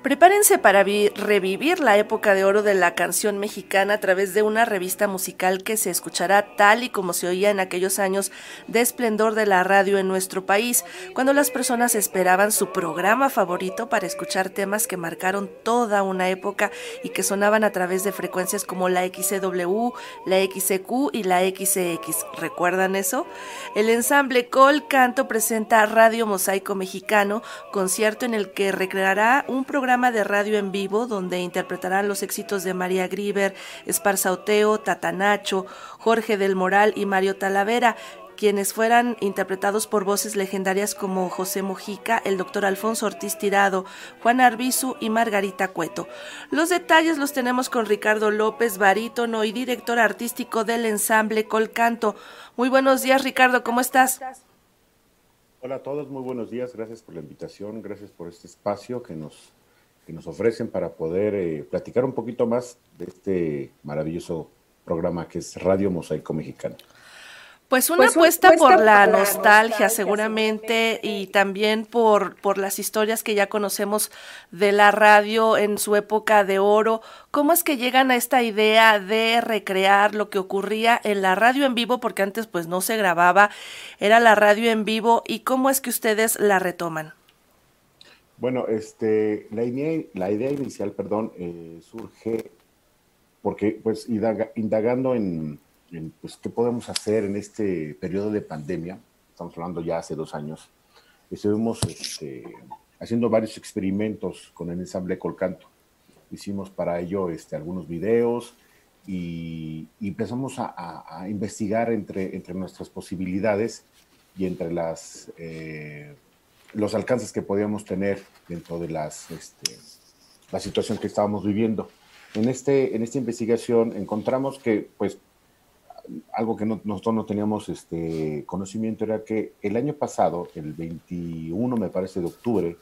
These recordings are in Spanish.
Prepárense para revivir la época de oro de la canción mexicana a través de una revista musical que se escuchará tal y como se oía en aquellos años de esplendor de la radio en nuestro país, cuando las personas esperaban su programa favorito para escuchar temas que marcaron toda una época y que sonaban a través de frecuencias como la XCW, la XCQ y la XCX. ¿Recuerdan eso? El ensamble Col Canto presenta Radio Mosaico Mexicano, concierto en el que recreará un programa de radio en vivo donde interpretarán los éxitos de María Grieber, Esparza Oteo, Tatanacho, Jorge del Moral y Mario Talavera, quienes fueran interpretados por voces legendarias como José Mojica, el doctor Alfonso Ortiz Tirado, Juan Arbizu y Margarita Cueto. Los detalles los tenemos con Ricardo López, barítono y director artístico del ensamble Colcanto. Muy buenos días, Ricardo, ¿cómo estás? Hola a todos, muy buenos días, gracias por la invitación, gracias por este espacio que nos ofrecen para poder platicar un poquito más de este maravilloso programa que es Radio Mosaico Mexicano. Pues una apuesta por la nostalgia seguramente y también por las historias que ya conocemos de la radio en su época de oro. ¿Cómo es que llegan a esta idea de recrear lo que ocurría en la radio en vivo? Porque antes pues no se grababa, era la radio en vivo. ¿Y cómo es que ustedes la retoman? Bueno, la idea inicial, surge porque pues indagando en pues, qué podemos hacer en este periodo de pandemia, estamos hablando ya hace 2 años, estuvimos haciendo varios experimentos con el ensamble Colcanto. Hicimos para ello algunos videos y empezamos a investigar entre nuestras posibilidades y entre los alcances que podíamos tener dentro de la situación que estábamos viviendo. En esta investigación encontramos que, pues, algo que nosotros no teníamos conocimiento era que el año pasado, el 21, me parece, de octubre,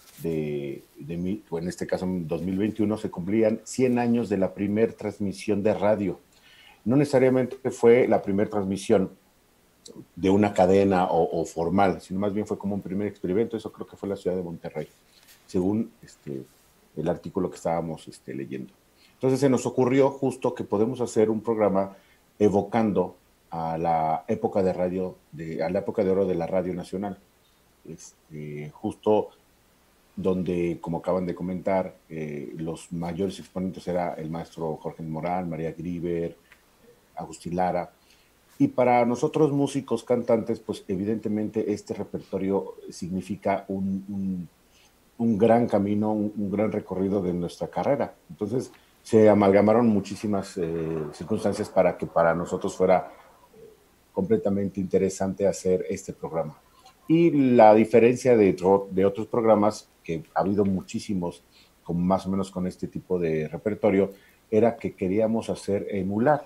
o en este caso en 2021, se cumplían 100 años de la primer transmisión de radio. No necesariamente fue la primera transmisión de una cadena o formal, sino más bien fue como un primer experimento. Eso creo que fue en la ciudad de Monterrey, según el artículo que estábamos leyendo. Entonces se nos ocurrió justo que podemos hacer un programa evocando a la época de radio, a la época de oro de la Radio Nacional, justo donde, como acaban de comentar, los mayores exponentes era el maestro Jorge Moral, María Grieber, Agustín Lara. Y para nosotros músicos, cantantes, pues evidentemente este repertorio significa un gran camino, un gran recorrido de nuestra carrera. Entonces se amalgamaron muchísimas circunstancias para que para nosotros fuera completamente interesante hacer este programa. Y la diferencia de otros programas, que ha habido muchísimos, como más o menos con este tipo de repertorio, era que queríamos emular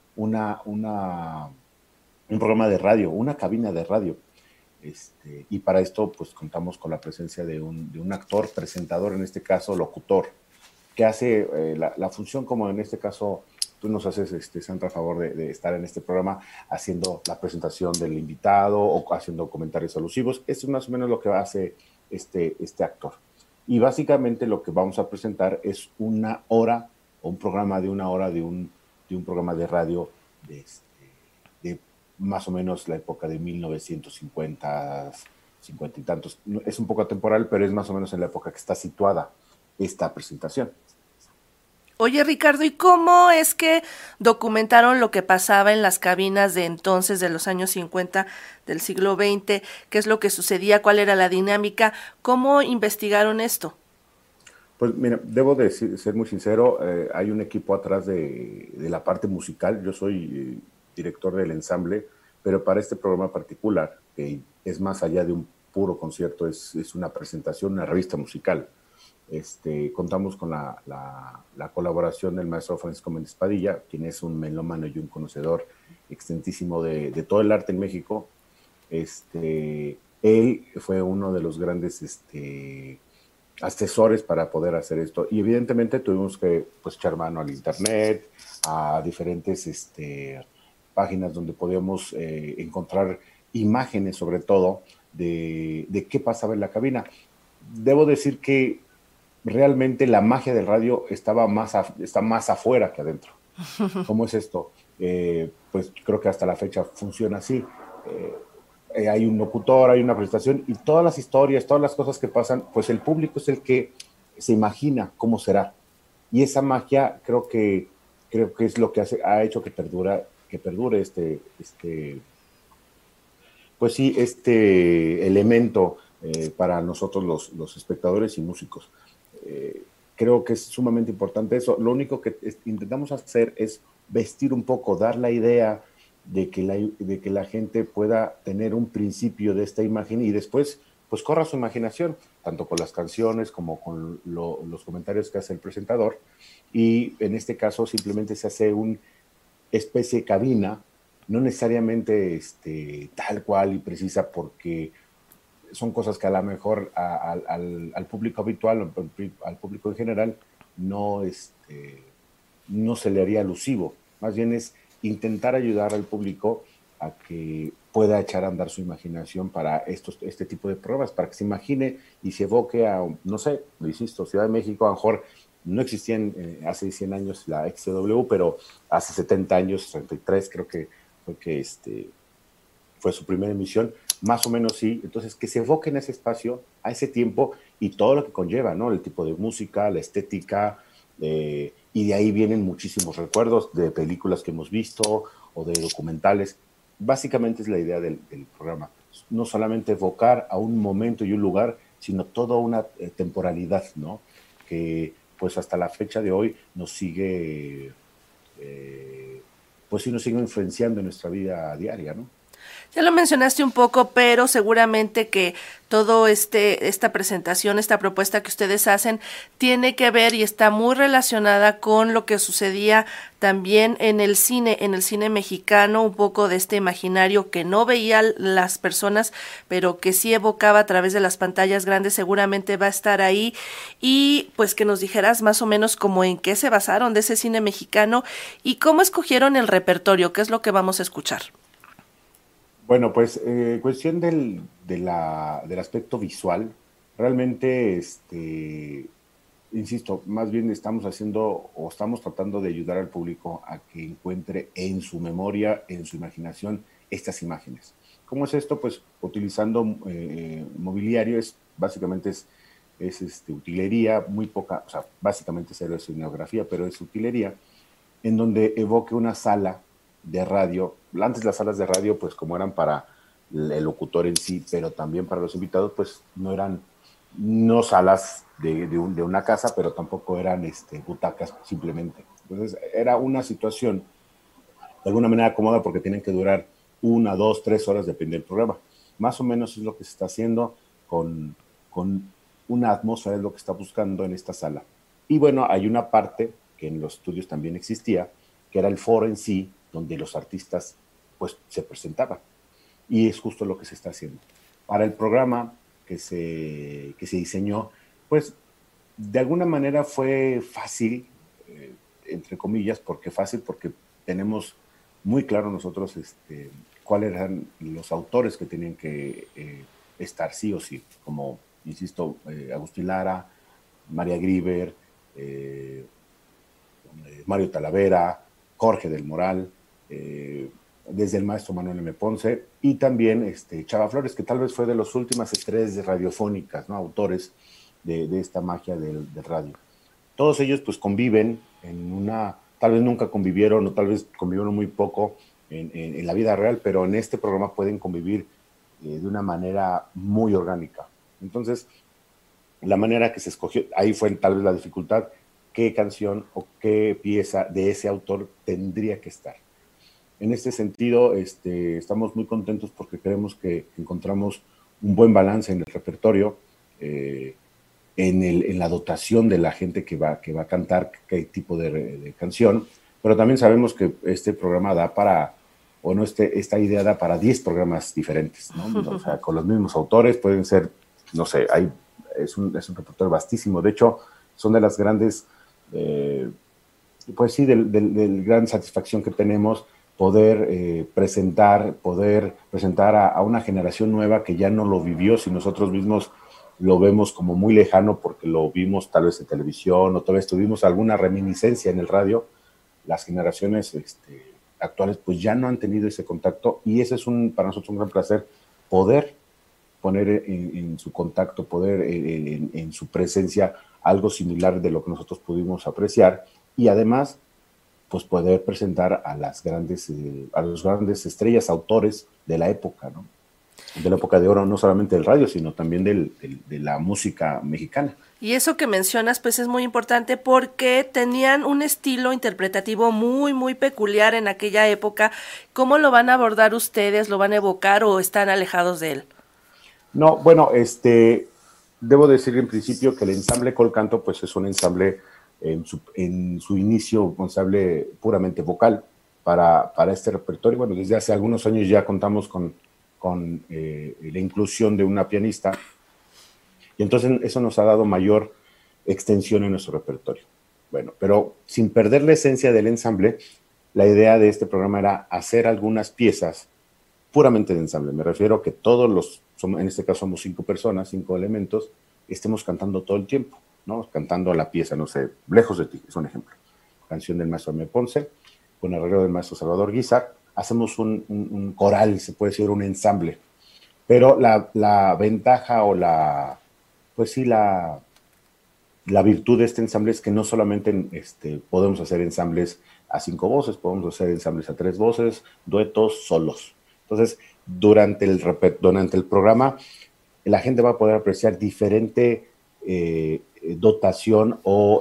un programa de radio, una cabina de radio. Y para esto pues contamos con la presencia de un actor, presentador, en este caso locutor, que hace la función, como en este caso tú nos haces, Sandra, a favor de estar en este programa haciendo la presentación del invitado o haciendo comentarios alusivos. Eso es más o menos lo que hace este actor. Y básicamente lo que vamos a presentar es una hora, o un programa de una hora de un programa de radio de más o menos la época de 1950, 50 y tantos. Es un poco atemporal, pero es más o menos en la época que está situada esta presentación. Oye, Ricardo, ¿y cómo es que documentaron lo que pasaba en las cabinas de entonces, de los años 50 del siglo XX? ¿Qué es lo que sucedía? ¿Cuál era la dinámica? ¿Cómo investigaron esto? Pues mira, debo ser muy sincero, hay un equipo atrás de la parte musical. Yo soy director del ensamble, pero para este programa particular, que es más allá de un puro concierto, es una presentación, una revista musical. Contamos con la colaboración del maestro Francisco Méndez Padilla, quien es un melómano y un conocedor extensísimo de todo el arte en México. Él fue uno de los grandes asesores para poder hacer esto, y evidentemente tuvimos que pues echar mano al internet, a diferentes páginas donde podíamos encontrar imágenes, sobre todo de qué pasaba en la cabina. Debo decir que realmente la magia del radio está más afuera que adentro. ¿Cómo es esto? Pues creo que hasta la fecha funciona así. Hay un locutor, hay una presentación y todas las historias, todas las cosas que pasan, pues el público es el que se imagina cómo será. Y esa magia creo que es lo que ha hecho que perdure pues sí, este elemento para nosotros los espectadores y músicos. Eh, Creo que es sumamente importante eso. Lo único que intentamos hacer es vestir un poco, dar la idea de que la gente pueda tener un principio de esta imagen y después pues corra su imaginación, tanto con las canciones como con los comentarios que hace el presentador. Y en este caso simplemente se hace una especie de cabina, no necesariamente tal cual y precisa, porque son cosas que a lo mejor al público habitual, al público en general, no, no se le haría alusivo. Más bien es intentar ayudar al público a que pueda echar a andar su imaginación para este tipo de pruebas, para que se imagine y se evoque a, no sé, lo insisto, Ciudad de México, a lo mejor no existían hace 100 años la XCW, pero hace 70 años, 33 creo que fue que fue su primera emisión, más o menos sí. Entonces, que se evoque en ese espacio, a ese tiempo y todo lo que conlleva, ¿no? El tipo de música, la estética, y de ahí vienen muchísimos recuerdos de películas que hemos visto o de documentales. Básicamente es la idea del programa. No solamente evocar a un momento y un lugar, sino toda una temporalidad, ¿no? Que pues hasta la fecha de hoy nos sigue, pues sí nos sigue influenciando en nuestra vida diaria, ¿no? Ya lo mencionaste un poco, pero seguramente que todo esta presentación, esta propuesta que ustedes hacen, tiene que ver y está muy relacionada con lo que sucedía también en el cine mexicano, un poco de este imaginario que no veían las personas, pero que sí evocaba a través de las pantallas grandes, seguramente va a estar ahí. Y pues que nos dijeras más o menos como en qué se basaron de ese cine mexicano y cómo escogieron el repertorio, qué es lo que vamos a escuchar. Bueno, pues cuestión del aspecto visual, realmente, insisto, más bien estamos haciendo o estamos tratando de ayudar al público a que encuentre en su memoria, en su imaginación, estas imágenes. ¿Cómo es esto? Pues utilizando mobiliario, básicamente es utilería, muy poca, o sea, básicamente cero escenografía, pero es utilería, en donde evoque una sala de radio. Antes las salas de radio, pues como eran para el locutor en sí, pero también para los invitados, pues no eran no salas de una casa, pero tampoco eran butacas simplemente. Entonces era una situación de alguna manera cómoda porque tienen que durar 1, 2, 3 horas, depende del programa. Más o menos es lo que se está haciendo con una atmósfera, es lo que está buscando en esta sala. Y bueno, hay una parte que en los estudios también existía, que era el foro en sí, donde los artistas pues se presentaban. Y es justo lo que se está haciendo. Para el programa que se diseñó, pues de alguna manera fue fácil, entre comillas, porque fácil, porque tenemos muy claro nosotros cuáles eran los autores que tenían que estar sí o sí, como, insisto, Agustín Lara, María Grieber, Mario Talavera, Jorge del Moral, desde el maestro Manuel M. Ponce, y también Chava Flores, que tal vez fue de las últimas estrellas radiofónicas, ¿no? Autores de esta magia del radio. Todos ellos pues conviven en tal vez nunca convivieron o tal vez convivieron muy poco en la vida real, pero en este programa pueden convivir de una manera muy orgánica. Entonces, la manera que se escogió, ahí fue tal vez la dificultad, qué canción o qué pieza de ese autor tendría que estar. En este sentido, estamos muy contentos porque creemos que encontramos un buen balance en el repertorio, en la dotación de la gente que va a cantar qué tipo de canción, pero también sabemos que este programa da para, bueno, esta idea da para 10 programas diferentes, ¿no? O sea, con los mismos autores pueden ser, no sé, es un repertorio vastísimo. De hecho, son de las grandes, pues sí, del gran satisfacción que tenemos poder presentar a una generación nueva que ya no lo vivió, si nosotros mismos lo vemos como muy lejano porque lo vimos tal vez en televisión o tal vez tuvimos alguna reminiscencia en el radio. Las generaciones actuales pues ya no han tenido ese contacto y ese es para nosotros un gran placer poder poner en su contacto, poder en su presencia algo similar de lo que nosotros pudimos apreciar y además pues poder presentar a los grandes estrellas, autores de la época, ¿no? De la época de oro, no solamente del radio, sino también de la música mexicana. Y eso que mencionas, pues es muy importante porque tenían un estilo interpretativo muy, muy peculiar en aquella época. ¿Cómo lo van a abordar ustedes? ¿Lo van a evocar o están alejados de él? No, bueno, debo decir en principio que el ensamble Colcanto, pues es un ensamble en su inicio, un ensamble puramente vocal para este repertorio. Bueno, desde hace algunos años ya contamos con la inclusión de una pianista y entonces eso nos ha dado mayor extensión en nuestro repertorio. Bueno, pero sin perder la esencia del ensamble, la idea de este programa era hacer algunas piezas puramente de ensamble. Me refiero a que en este caso somos 5 personas, 5 elementos, estemos cantando todo el tiempo, ¿no? Cantando la pieza, no sé, Lejos de ti, es un ejemplo. Canción del maestro Amé Ponce, con arreglo del maestro Salvador Guizar, hacemos un coral, se puede decir un ensamble. Pero la ventaja o la virtud de este ensamble es que no solamente podemos hacer ensambles a 5 voces, podemos hacer ensambles a 3 voces, duetos, solos. Entonces, durante el programa, la gente va a poder apreciar diferente dotación o,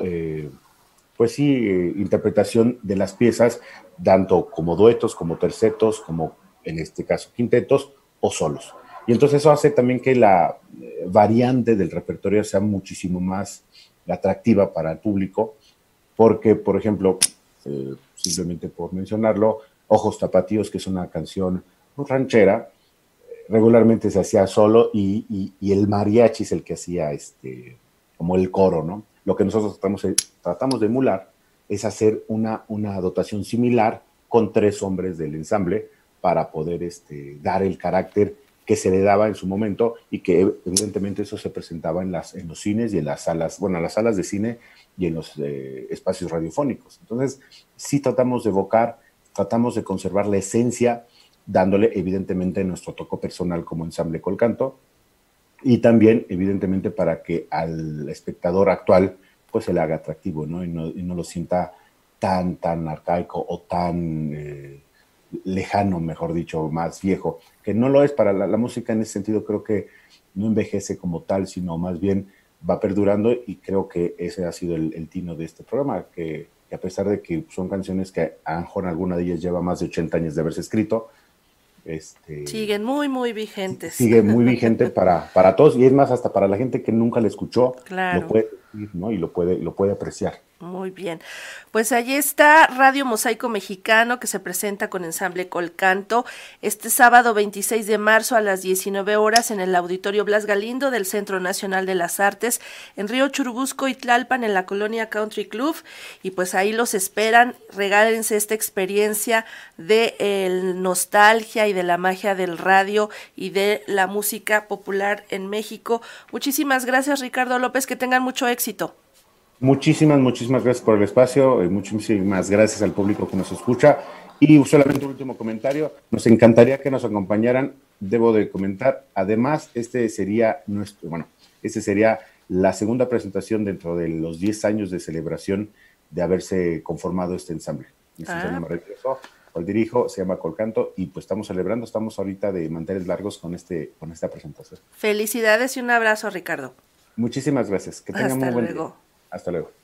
interpretación de las piezas, tanto como duetos, como tercetos, como en este caso quintetos o solos. Y entonces eso hace también que la variante del repertorio sea muchísimo más atractiva para el público, porque, por ejemplo, simplemente por mencionarlo, Ojos Tapatíos, que es una canción ranchera, regularmente se hacía solo y el mariachi es el que hacía como el coro, ¿no? Lo que nosotros tratamos de emular es hacer una dotación similar con 3 hombres del ensamble para poder dar el carácter que se le daba en su momento y que evidentemente eso se presentaba en los cines y en las salas, bueno, en las salas de cine y en los espacios radiofónicos. Entonces, sí tratamos de evocar, tratamos de conservar la esencia, dándole evidentemente nuestro toque personal como ensamble Colcanto y también evidentemente para que al espectador actual pues se le haga atractivo, ¿no? Y no lo sienta tan arcaico o tan lejano, mejor dicho, más viejo, que no lo es para la música en ese sentido. Creo que no envejece como tal, sino más bien va perdurando y creo que ese ha sido el tino de este programa, que a pesar de que son canciones que a lo mejor alguna de ellas lleva más de 80 años de haberse escrito, siguen muy, muy vigentes. Sigue muy vigente para todos y es más, hasta para la gente que nunca la escuchó, claro. Lo puede decir, ¿no? Y lo puede apreciar. Muy bien, pues allí está Radio Mosaico Mexicano que se presenta con ensamble Colcanto este sábado 26 de marzo a las 19 horas en el Auditorio Blas Galindo del Centro Nacional de las Artes en Río Churubusco y Tlalpan en la colonia Country Club y pues ahí los esperan, regálense esta experiencia de nostalgia y de la magia del radio y de la música popular en México. Muchísimas gracias, Ricardo López, que tengan mucho éxito. Muchísimas gracias por el espacio, muchísimas gracias al público que nos escucha y solamente un último comentario, nos encantaría que nos acompañaran, debo de comentar, además sería la segunda presentación dentro de los 10 años de celebración de haberse conformado este ensamble. El dirijo, se llama Colcanto y pues estamos ahorita de manteles largos con esta presentación. Felicidades y un abrazo, Ricardo. Muchísimas gracias, que tengan muy buen día. Hasta luego. Hasta luego.